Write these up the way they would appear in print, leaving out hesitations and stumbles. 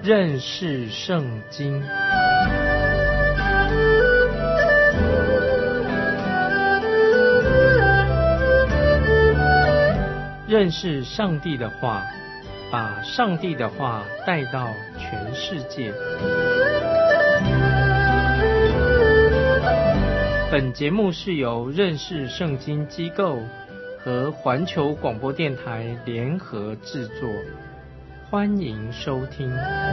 认识圣经。认识上帝的话，把上帝的话带到全世界。本节目是由认识圣经机构和环球广播电台联合制作，欢迎收听。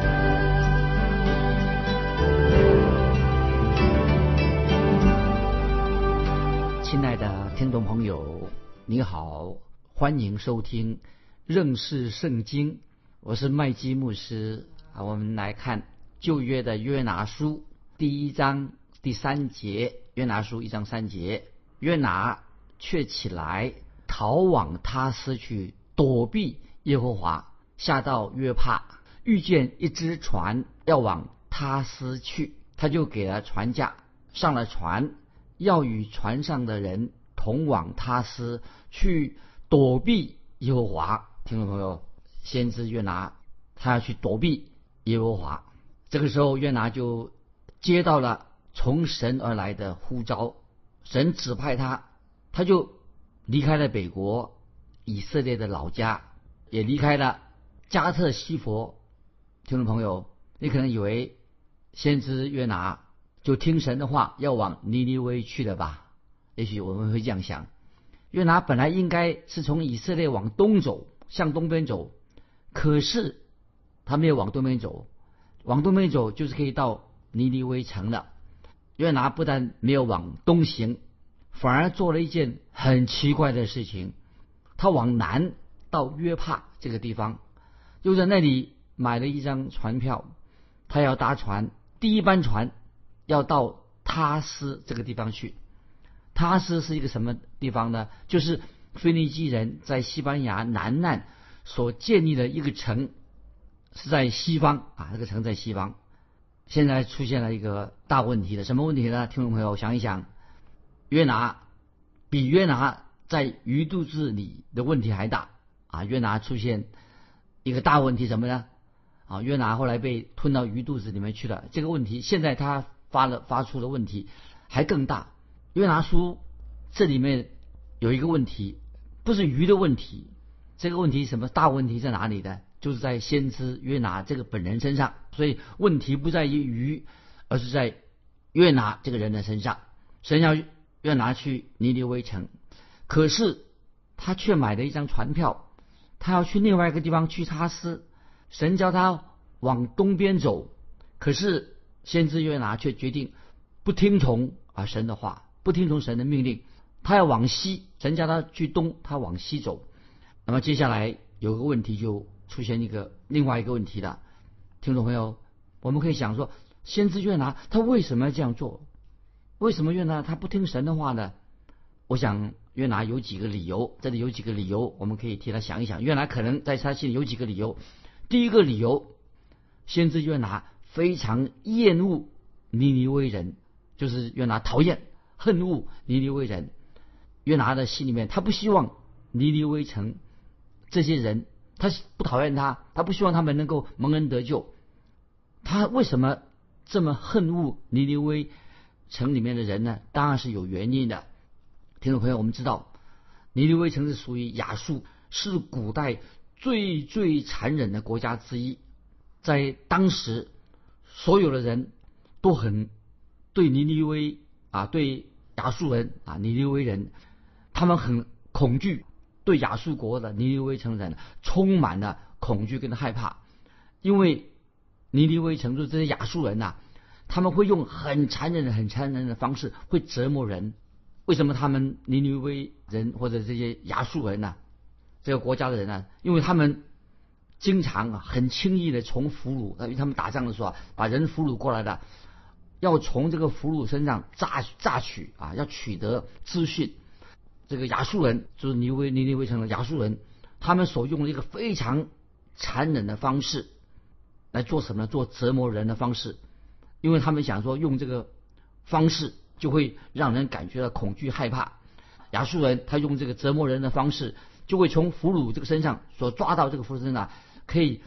亲爱的听众朋友，你好，欢迎收听认识圣经，我是麦基牧师。我们来看旧约的约拿书第1章第3节，约拿书1章3节，约拿却起来逃往他施去，躲避耶和华，下到约帕，遇见一只船要往他施去，他就给了船价，上了船，要与船上的人同往他施去，躲避耶和华。听众朋友，先知约拿他要去躲避耶和华，这个时候约拿就接到了从神而来的呼召，神指派他，他就离开了北国以色列的老家，也离开了加特西弗。听众朋友，你可能以为先知约拿就听神的话要往尼尼微去了吧？也许我们会这样想，约拿本来应该是从以色列往东走，向东边走，可是他没有往东边走，往东边走就是可以到尼尼微城了。约拿不但没有往东行，反而做了一件很奇怪的事情，他往南到约帕这个地方，又在那里买了一张船票，他要搭船，第一班船要到他施这个地方去。他施是一个什么地方呢？就是腓尼基人在西班牙南岸所建立的一个城，是在西方啊，这个城在西方。现在出现了一个大问题了，什么问题呢？听众朋友想一想，约拿在鱼肚子里的问题还大啊！约拿出现一个大问题什么呢？啊，约拿后来被吞到鱼肚子里面去了。这个问题现在他发出的问题还更大。约拿书这里面有一个问题，不是鱼的问题，这个问题什么大问题在哪里呢？就是在先知约拿这个本人身上。所以问题不在于鱼，而是在约拿这个人的身上。神要约拿去尼尼微城，可是他却买了一张船票，他要去另外一个地方去他施。神叫他往东边走，可是先知约拿却决定不听从神的话，不听从神的命令，他要往西，神叫他去东，他往西走。那么接下来有个问题就出现另外一个问题了。听众朋友，我们可以想说，先知约拿他为什么要这样做？为什么约拿他不听神的话呢？我想约拿有几个理由，这里有几个理由我们可以替他想一想。约拿可能在他心里有几个理由。第一个理由，先知约拿非常厌恶尼尼微人，就是约拿讨厌恨恶尼尼微人。约拿的心里面，他不希望尼尼微城这些人，他不讨厌他不希望他们能够蒙恩得救。他为什么这么恨恶尼尼微城里面的人呢？当然是有原因的。听众朋友，我们知道尼尼微城是属于亚述，是古代最残忍的国家之一。在当时，所有的人都很对尼尼微对亚述人尼尼微人，他们很恐惧，对亚述国的尼尼微城人充满了恐惧跟害怕。因为尼尼微城这些亚述人他们会用很残忍的方式会折磨人。为什么他们尼尼微人或者这些亚述人这个国家的人因为他们经常很轻易的从俘虏，因为他们打仗的时候把人俘虏过来的，要从这个俘虏身上榨取要取得资讯。这个亚述人就是尼尼微城的亚述人，他们所用的一个非常残忍的方式来做什么呢？做折磨人的方式。因为他们想说用这个方式就会让人感觉到恐惧害怕。亚述人他用这个折磨人的方式，就会从俘虏这个身上所抓到这个俘虏身上，可以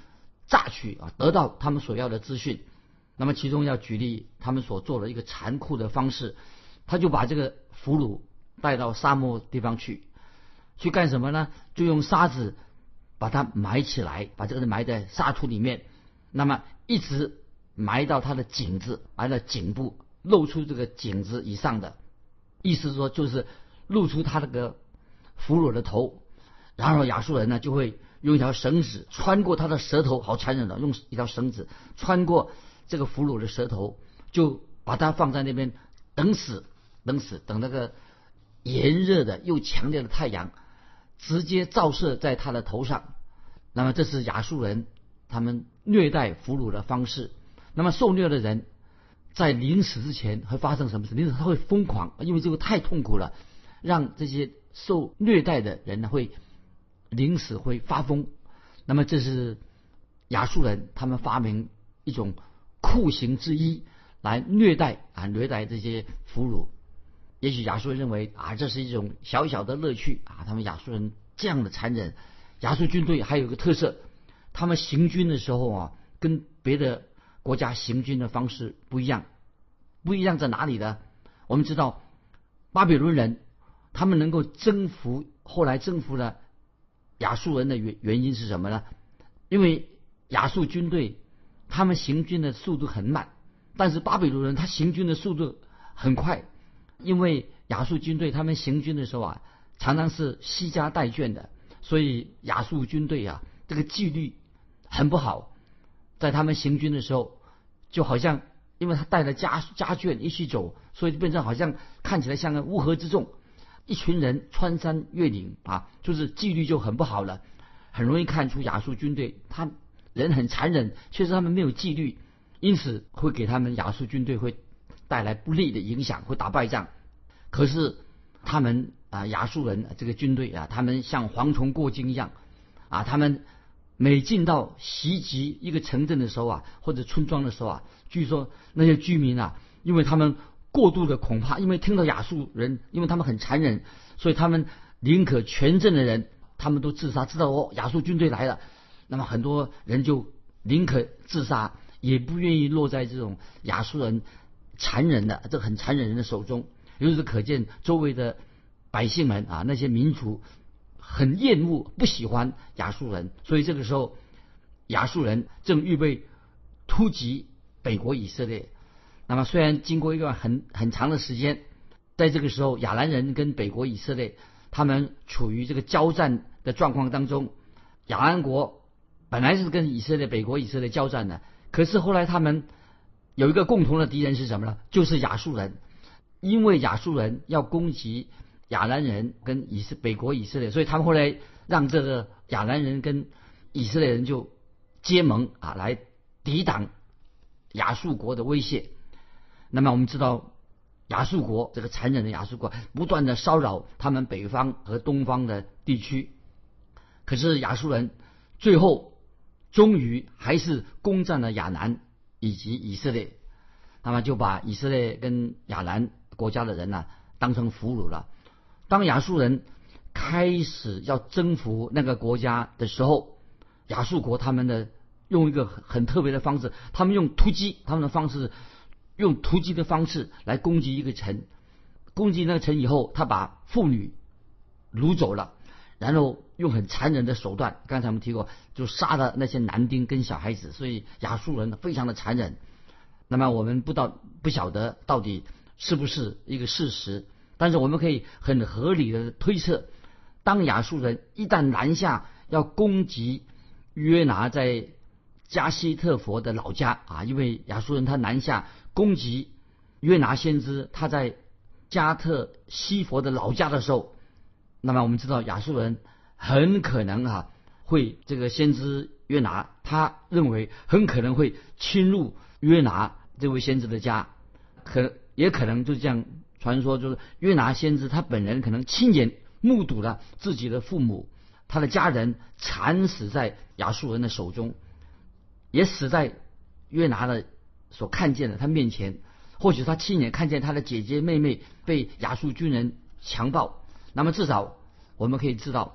榨取啊，得到他们所要的资讯。那么其中要举例他们所做的一个残酷的方式，他就把这个俘虏带到沙漠地方去干什么呢？就用沙子把它埋起来，把这个人埋在沙土里面，那么一直埋到他的颈子，埋到颈部，露出这个颈子以上的，意思是说就是露出他那个俘虏的头，然后亚述人呢就会用一条绳子穿过他的舌头，好残忍的，用一条绳子穿过这个俘虏的舌头，就把他放在那边等死，等那个炎热的又强烈的太阳直接照射在他的头上。那么这是亚述人他们虐待俘虏的方式。那么受虐的人在临死之前会发生什么事？临死他会疯狂，因为这个太痛苦了，让这些受虐待的人呢会临死会发疯。那么这是亚述人他们发明一种酷刑之一来虐待这些俘虏。也许亚述人认为这是一种小小的乐趣他们亚述人这样的残忍。亚述军队还有一个特色，他们行军的时候跟别的国家行军的方式不一样。不一样在哪里呢？我们知道巴比伦人他们能够后来征服了亚述人的原因是什么呢？因为亚述军队他们行军的速度很慢，但是巴比伦人他行军的速度很快。因为亚述军队他们行军的时候常常是惜家带眷的，所以亚述军队这个纪律很不好。在他们行军的时候，就好像因为他带了家眷一起走，所以变成好像看起来像个乌合之众，一群人穿山越岭就是纪律就很不好了。很容易看出亚述军队他人很残忍，确实他们没有纪律，因此会给他们亚述军队会带来不利的影响，会打败仗。可是他们亚述人这个军队他们像蝗虫过境一样他们每进到袭击一个城镇的时候或者村庄的时候据说那些居民因为他们过度的恐怕，因为听到亚述人因为他们很残忍，所以他们宁可全镇的人他们都自杀，知道亚述军队来了，那么很多人就宁可自杀，也不愿意落在这种亚述人残忍的这个很残忍人的手中。由此可见周围的百姓们那些民族很厌恶不喜欢亚述人，所以这个时候亚述人正预备突击北国以色列。那么虽然经过一段很长的时间，在这个时候亚兰人跟北国以色列他们处于这个交战的状况当中。亚兰国本来是跟北国以色列交战的，可是后来他们有一个共同的敌人是什么呢？就是亚述人。因为亚述人要攻击亚兰人跟北国以色列，所以他们后来让这个亚兰人跟以色列人就结盟来抵挡亚述国的威胁。那么我们知道亚述国这个残忍的亚述国不断的骚扰他们北方和东方的地区，可是亚述人最后终于还是攻占了亚兰以及以色列，那么就把以色列跟亚兰国家的人当成俘虏了。当亚述人开始要征服那个国家的时候，亚述国他们用一个很特别的方式，他们用突击，他们的方式用突击的方式来攻击一个城。攻击那个城以后，他把妇女掳走了，然后用很残忍的手段，刚才我们提过，就杀了那些男丁跟小孩子，所以亚述人非常的残忍。那么我们不晓得到底是不是一个事实，但是我们可以很合理的推测，当亚述人一旦南下要攻击约拿在加西特佛的老家因为亚述人他南下攻击约拿先知他在加特西佛的老家的时候，那么我们知道亚述人很可能会这个先知约拿，他认为很可能会侵入约拿这位先知的家，也可能就这样传说，就是约拿先知他本人可能亲眼目睹了自己的父母他的家人惨死在亚述人的手中，也死在约拿的所看见的他面前，或许他亲眼看见他的姐姐妹妹被亚述军人强暴。那么至少我们可以知道，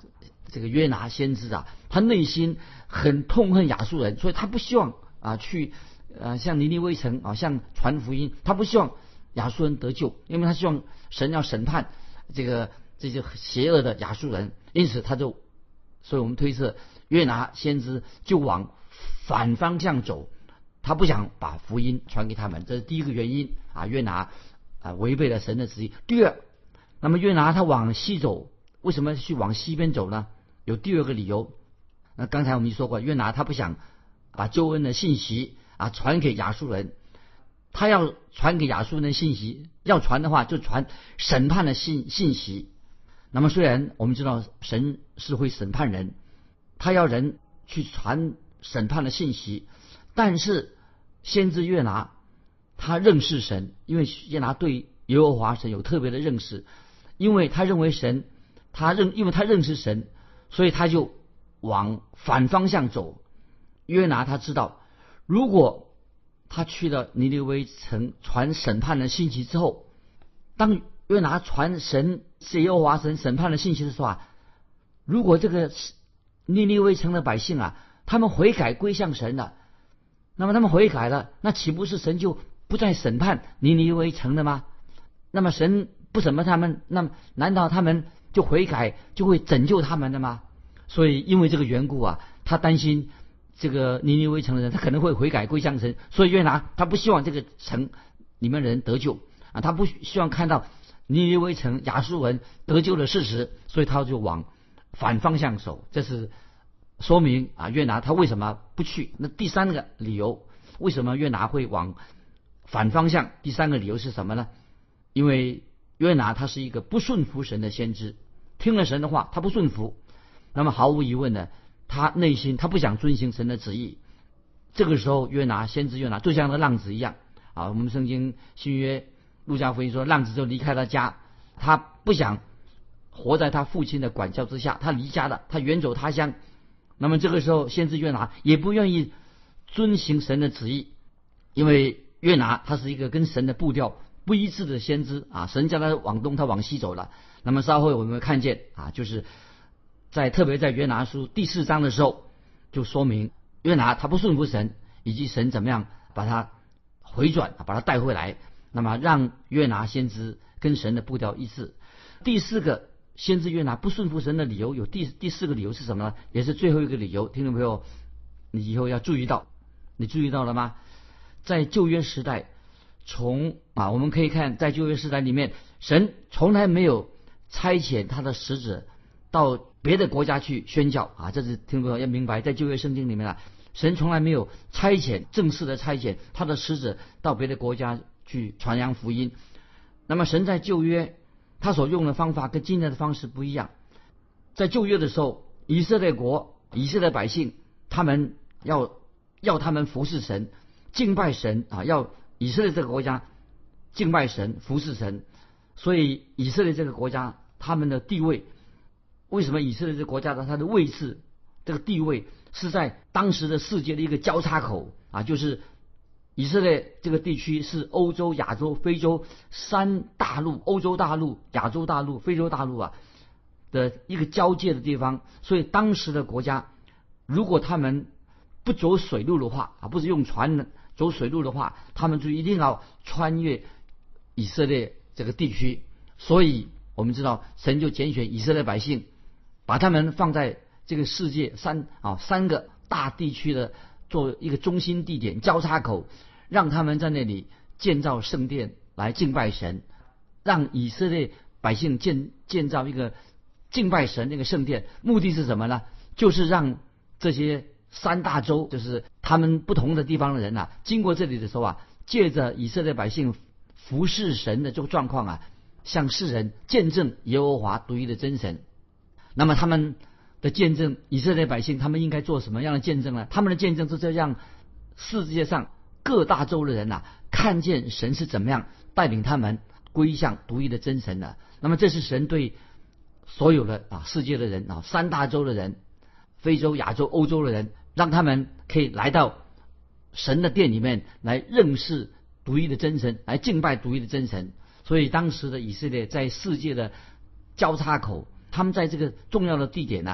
这个约拿先知啊，他内心很痛恨亚述人，所以他不希望去向尼尼微城向传福音，他不希望亚述人得救，因为他希望神要审判这些邪恶的亚述人，因此所以我们推测约拿先知就往反方向走，他不想把福音传给他们，这是第一个原因约拿违背了神的旨意。第二，那么约拿他往西走，为什么去往西边走呢？有第二个理由。那刚才我们说过，约拿他不想把救恩的信息传给亚述人，他要传给亚述人的信息，要传的话就传审判的信息。那么虽然我们知道神是会审判人，他要人去传审判的信息，但是先知约拿他认识神，因为约拿对耶和华神有特别的认识，因为他认为神，因为他认识神，所以他就往反方向走。约拿他知道，如果他去了尼尼微城传审判的信息之后，当约拿传耶和华神审判的信息的时候如果这个尼尼微城的百姓他们悔改归向神了，那么他们悔改了，那岂不是神就不再审判尼尼微城了吗？那么神不审判他们，那么难道他们就悔改就会拯救他们的吗？所以因为这个缘故他担心这个尼尼微城的人他可能会悔改归向神，所以约拿他不希望这个城里面的人得救他不希望看到尼尼微城亚述人得救的事实，所以他就往反方向走。这是说明约拿他为什么不去。那第三个理由，为什么约拿会往反方向？第三个理由是什么呢？因为约拿他是一个不顺服神的先知，听了神的话他不顺服，那么毫无疑问呢，他内心他不想遵行神的旨意。这个时候先知约拿就像个浪子一样我们圣经新约路加福音说，浪子就离开了家，他不想活在他父亲的管教之下，他离家了，他远走他乡。那么这个时候先知约拿也不愿意遵行神的旨意，因为约拿他是一个跟神的步调不一致的先知神叫他往东他往西走了。那么稍后我们会看见就是特别在约拿书第4章的时候，就说明约拿他不顺服神，以及神怎么样把他回转把他带回来，那么让约拿先知跟神的步调一致。第四个先知约拿不顺服神的理由有第四个理由是什么呢？也是最后一个理由，听众朋友你以后要注意到，你注意到了吗？在旧约时代，我们可以看在旧约时代里面，神从来没有差遣他的使者到别的国家去宣教这是听众朋友要明白，在旧约圣经里面神从来没有正式的差遣他的使者到别的国家去传扬福音。那么神在旧约他所用的方法跟今天的方式不一样。在旧约的时候，以色列百姓他们要他们服侍神敬拜神要以色列这个国家敬拜神服侍神。所以以色列这个国家他们的地位，为什么以色列这个国家它的位置这个地位是在当时的世界的一个交叉口就是以色列这个地区是欧洲、亚洲、非洲三大陆，欧洲大陆、亚洲大陆、非洲大陆的一个交界的地方。所以当时的国家如果他们不走水路的话不是用船走水路的话，他们就一定要穿越以色列这个地区。所以我们知道神就拣选以色列百姓，把他们放在这个世界三个大地区的做一个中心地点交叉口，让他们在那里建造圣殿来敬拜神，让以色列百姓建造一个敬拜神那个圣殿。目的是什么呢？就是让这些三大洲，就是他们不同的地方的人经过这里的时候借着以色列百姓服侍神的这个状况向世人见证耶和华独一的真神。那么他们的见证，以色列百姓他们应该做什么样的见证呢？他们的见证就是让世界上各大洲的人看见神是怎么样带领他们归向独一的真神的。那么这是神对所有的世界的人三大洲的人，非洲、亚洲、欧洲的人，让他们可以来到神的殿里面来认识独一的真神，来敬拜独一的真神。所以当时的以色列在世界的交叉口，他们在这个重要的地点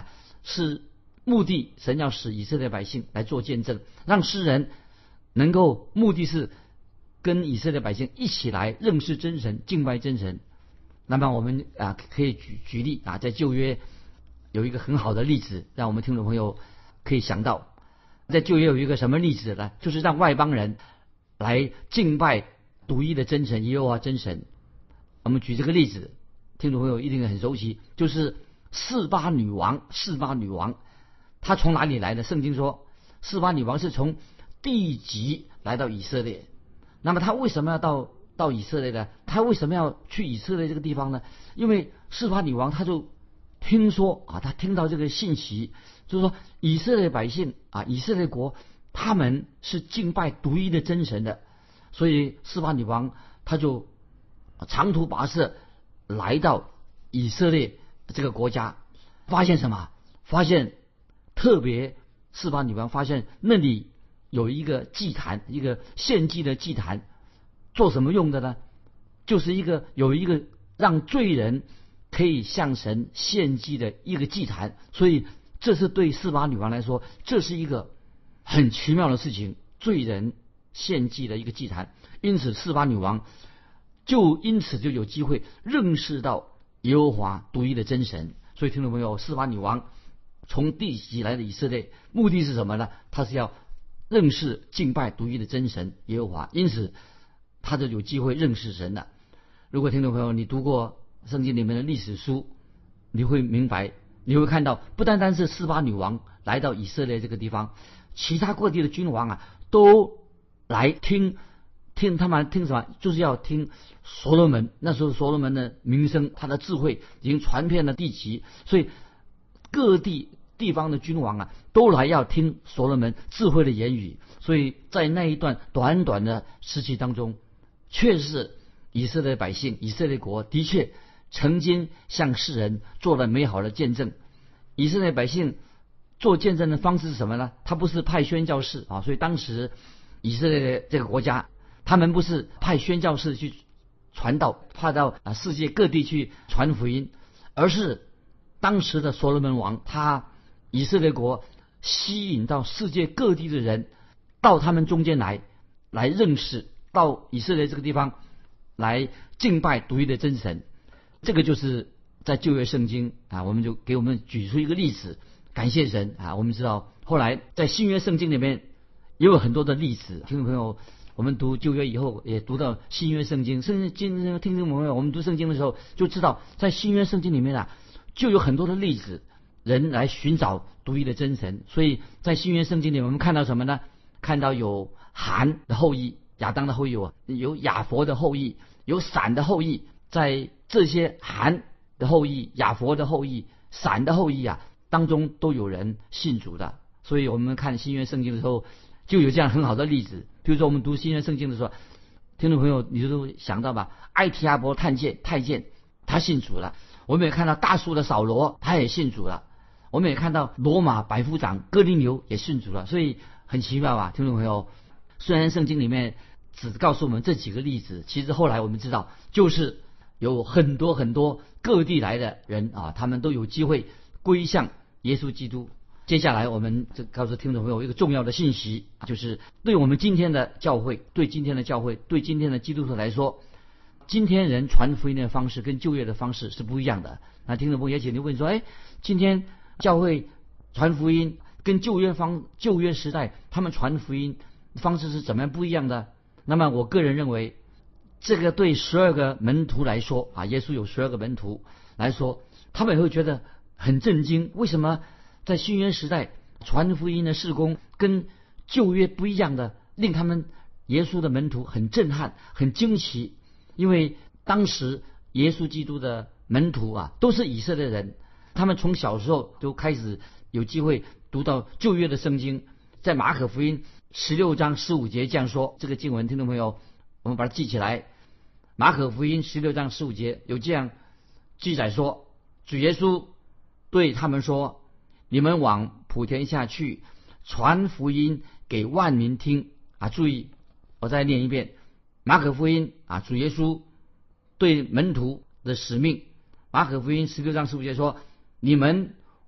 是目的，神要使以色列百姓来做见证，让世人能够，目的是跟以色列百姓一起来认识真神，敬拜真神。那么我们可以举例在旧约有一个很好的例子，让我们听众朋友可以想到，在旧约有一个什么例子呢？就是让外邦人来敬拜独一的真神耶和华真神。我们举这个例子，听众朋友一定很熟悉，就是示巴女王。她从哪里来的？圣经说示巴女王是从地极来到以色列。那么她为什么要到以色列呢？她为什么要去以色列这个地方呢？因为示巴女王她就听说她听到这个信息，就是说以色列百姓以色列国他们是敬拜独一的真神的，所以示巴女王她就长途跋涉来到以色列这个国家，发现什么？发现特别示巴女王发现那里有一个祭坛，一个献祭的祭坛，做什么用的呢？就是有一个让罪人可以向神献祭的一个祭坛。所以这是对示巴女王来说，这是一个很奇妙的事情，罪人献祭的一个祭坛。因此示巴女王就有机会认识到耶和华独一的真神。所以听众朋友，示巴女王从地极来的以色列，目的是什么呢？她是要认识敬拜独一的真神耶和华，因此她就有机会认识神了。如果听众朋友你读过圣经里面的历史书，你会明白，你会看到，不单单是示巴女王来到以色列这个地方，其他各地的君王都来听他们听什么？就是要听所罗门。那时候所罗门的名声，他的智慧已经传遍了地极，所以各地方的君王都来要听所罗门智慧的言语。所以在那一段短短的时期当中，确实以色列百姓，以色列国的确曾经向世人做了美好的见证。以色列百姓做见证的方式是什么呢？他不是派宣教士所以当时以色列这个国家，他们不是派宣教士去传道，派到世界各地去传福音，而是当时的所罗门王，他以色列国吸引到世界各地的人到他们中间来认识，到以色列这个地方来敬拜独一的真神。这个就是在旧约圣经我们就给我们举出一个例子，感谢神我们知道后来在新约圣经里面也有很多的例子。听众朋友，我们读旧约以后也读到新约圣经，听众朋友，我们读圣经的时候就知道，在新约圣经里面就有很多的例子，人来寻找独一的真神。所以在新约圣经里我们看到什么呢？看到有含的后裔，亚当的后裔，有亚佛的后裔，有闪的后裔。在这些含的后裔、亚佛的后裔、闪的后裔当中都有人信主的。所以我们看新约圣经的时候就有这样很好的例子。比如说我们读新约圣经的时候，听众朋友你都想到吧，埃提阿伯太监他信主了。我们也看到大数的扫罗他也信主了。我们也看到罗马百夫长哥尼流也信主了。所以很奇妙听众朋友，虽然圣经里面只告诉我们这几个例子，其实后来我们知道，就是有很多很多各地来的人他们都有机会归向耶稣基督。接下来我们就告诉听众朋友一个重要的信息，就是对我们今天的教会，对今天的基督徒来说，今天人传福音的方式跟旧约的方式是不一样的。那听众朋友也请你问说，今天教会传福音跟旧约时代他们传福音方式是怎么样不一样的？那么我个人认为，这个对12个门徒来说耶稣有12个门徒来说，他们也会觉得很震惊，为什么在新约时代传福音的事工跟旧约不一样的，令他们耶稣的门徒很震撼很惊奇。因为当时耶稣基督的门徒都是以色列人，他们从小时候都开始有机会读到旧约的圣经。在马可福音16章15节这样说，这个经文听众朋友我们把它记起来。马可福音16章15节有这样记载说，主耶稣对他们说，你们往普天下去，传福音给万民听注意，我再念一遍。马可福音主耶稣对门徒的使命，马可福音16章15节说，你们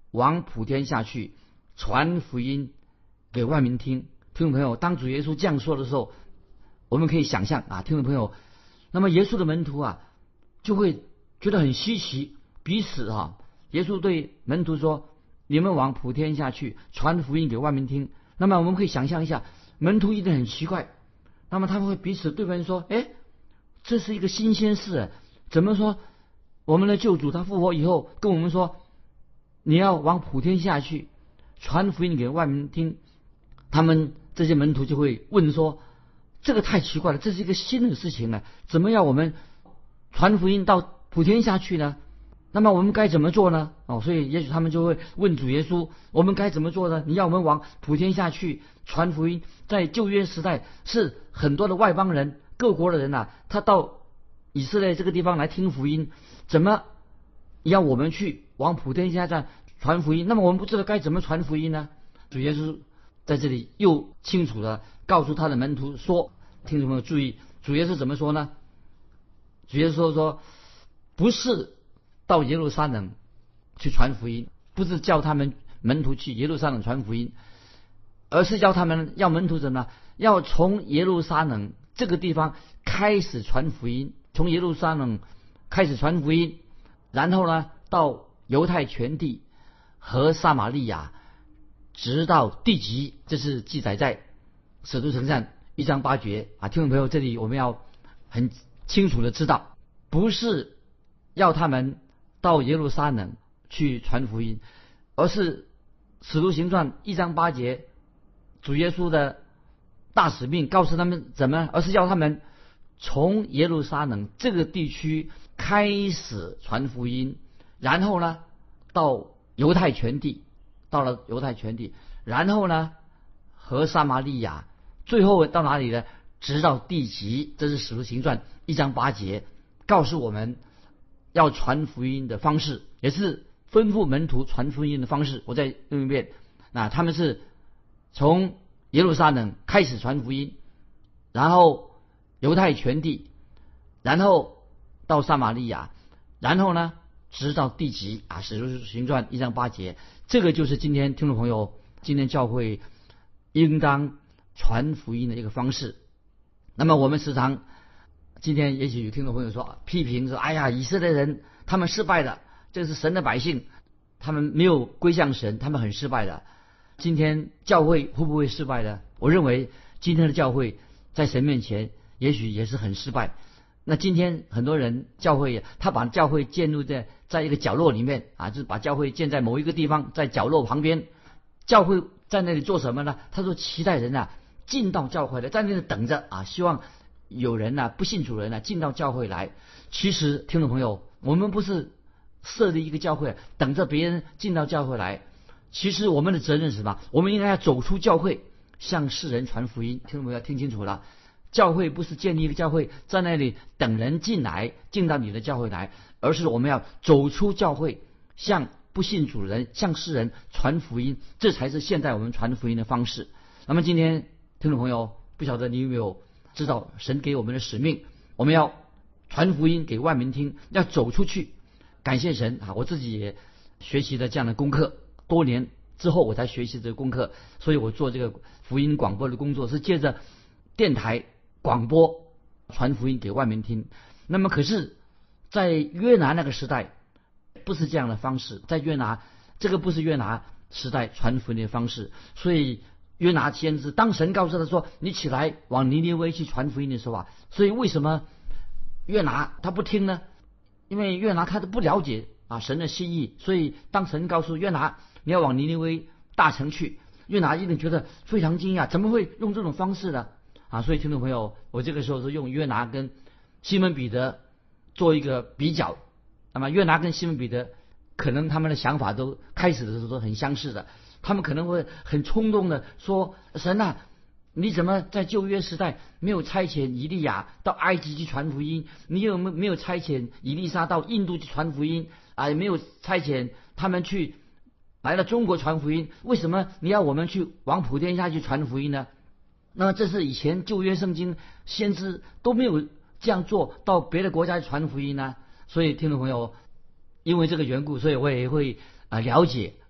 往普天下去，传福音给万民听。听众朋友，当主耶稣这样说的时候，我们可以想象啊，听众朋友，那么耶稣的门徒啊，就会觉得很稀奇，彼此耶稣对门徒说：“你们往普天下去，传福音给万民听。”那么我们可以想象一下，门徒一定很奇怪，那么他们会彼此对别人说：“哎，这是一个新鲜事，怎么说我们的救主他复活以后跟我们说，你要往普天下去，传福音给万民听？”他们这些门徒就会问说：“这个太奇怪了，这是一个新的事情呢，怎么要我们传福音到普天下去呢？那么我们该怎么做呢？”所以也许他们就会问主耶稣：“我们该怎么做呢？你要我们往普天下去传福音。”在旧约时代，是很多的外邦人、各国的人他到以色列这个地方来听福音，怎么要我们去往普天下传福音？那么我们不知道该怎么传福音呢？主耶稣在这里又清楚地告诉他的门徒说：“听众朋友注意，主耶稣怎么说呢？主耶稣说，不是到耶路撒冷去传福音，不是叫他们门徒去耶路撒冷传福音，而是叫门徒怎么呢？要从耶路撒冷这个地方开始传福音，从耶路撒冷开始传福音，然后呢，到犹太全地和撒玛利亚，直到地极。”这是记载在使徒行传1章8节听众朋友，这里我们要很清楚的知道，不是要他们到耶路撒冷去传福音，而是使徒行传1章8节主耶稣的大使命告诉他们怎么，而是要他们从耶路撒冷这个地区开始传福音，然后呢到犹太全地，到了犹太全地，然后呢和撒玛利亚，最后到哪里呢？直到地极。这是使徒行传1章8节告诉我们要传福音的方式，也是吩咐门徒传福音的方式。我再用一遍，他们是从耶路撒冷开始传福音，然后犹太全地，然后到撒玛利亚，然后呢直到地极使徒行传1章8节。这个就是今天听众朋友，今天教会应当传福音的一个方式。那么我们时常今天也许有听众朋友说，批评说：“哎呀，以色列人他们失败了，这是神的百姓，他们没有归向神，他们很失败的。”今天教会会不会失败呢？我认为今天的教会在神面前也许也是很失败。那今天很多人教会他把教会建立在一个角落里面就是把教会建在某一个地方，在角落旁边。教会在那里做什么呢？他说期待人进到教会来，在那里等着希望有人不信主人进到教会来。其实听众朋友，我们不是设立一个教会等着别人进到教会来，其实我们的责任是什么？我们应该要走出教会，向世人传福音。听众朋友要听清楚了，教会不是建立一个教会在那里等人进到你的教会来，而是我们要走出教会，向不信主人、向世人传福音，这才是现在我们传福音的方式。那么今天听众朋友，不晓得你有没有知道神给我们的使命？我们要传福音给万民听，要走出去。感谢神我自己也学习了这样的功课，多年之后我才学习这个功课，所以我做这个福音广播的工作是借着电台广播传福音给万民听。那么可是在约拿那个时代不是这样的方式，在约拿这个不是约拿时代传福音的方式。所以约拿先知当神告诉他说你起来往尼尼微去传福音的时候所以为什么约拿他不听呢？因为约拿他都不了解神的心意，所以当神告诉约拿你要往尼尼微大城去，约拿一定觉得非常惊讶，怎么会用这种方式呢？所以听众朋友，我这个时候是用约拿跟西门彼得做一个比较。那么约拿跟西门彼得可能他们的想法都开始的时候都很相似的，他们可能会很冲动的说：“神你怎么在旧约时代没有差遣以利亚到埃及去传福音？你有没有差遣以利沙到印度去传福音也没有差遣他们去来了中国传福音？为什么你要我们去往普天下去传福音呢？”那么这是以前旧约圣经先知都没有这样做，到别的国家去传福音呢。所以听众朋友，因为这个缘故，所以我也会了解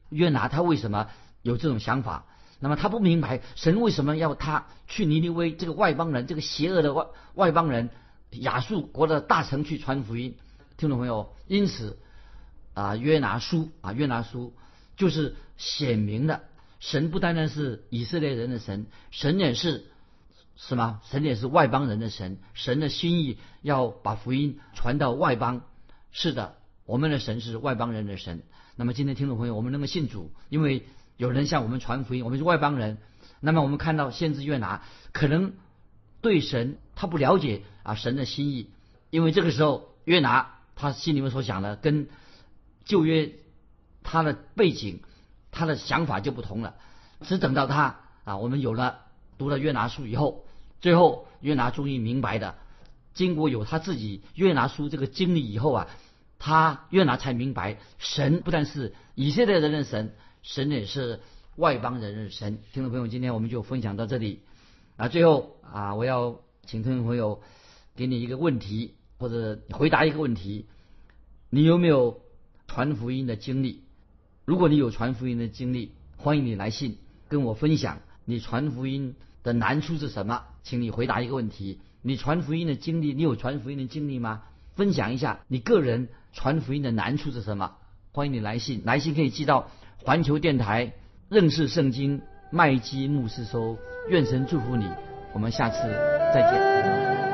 约拿他为什么有这种想法。那么他不明白神为什么要他去尼尼微这个外邦人，这个邪恶的外邦人亚述国的大城去传福音。听众朋友，因此约拿书就是显明了神不单单是以色列人的神，神也是什么？神也是外邦人的神。神的心意要把福音传到外邦。是的，我们的神是外邦人的神。那么今天听众朋友，我们能够信主，因为有人向我们传福音，我们是外邦人。那么我们看到先知约拿可能对神他不了解神的心意，因为这个时候约拿他心里面所想的跟旧约他的背景他的想法就不同了。只等到他我们读了约拿书以后，最后约拿终于明白的，经过有他自己约拿书这个经历以后约拿才明白神不但是以色列人的神，神也是外邦人的神。听众朋友，今天我们就分享到这里最后我要请听众朋友给你一个问题，或者回答一个问题：你有没有传福音的经历？如果你有传福音的经历，欢迎你来信跟我分享你传福音的难处是什么。请你回答一个问题：你传福音的经历，你有传福音的经历吗？分享一下你个人传福音的难处是什么？欢迎你来信，来信可以寄到环球电台认识圣经麦基牧师收。愿神祝福你，我们下次再见。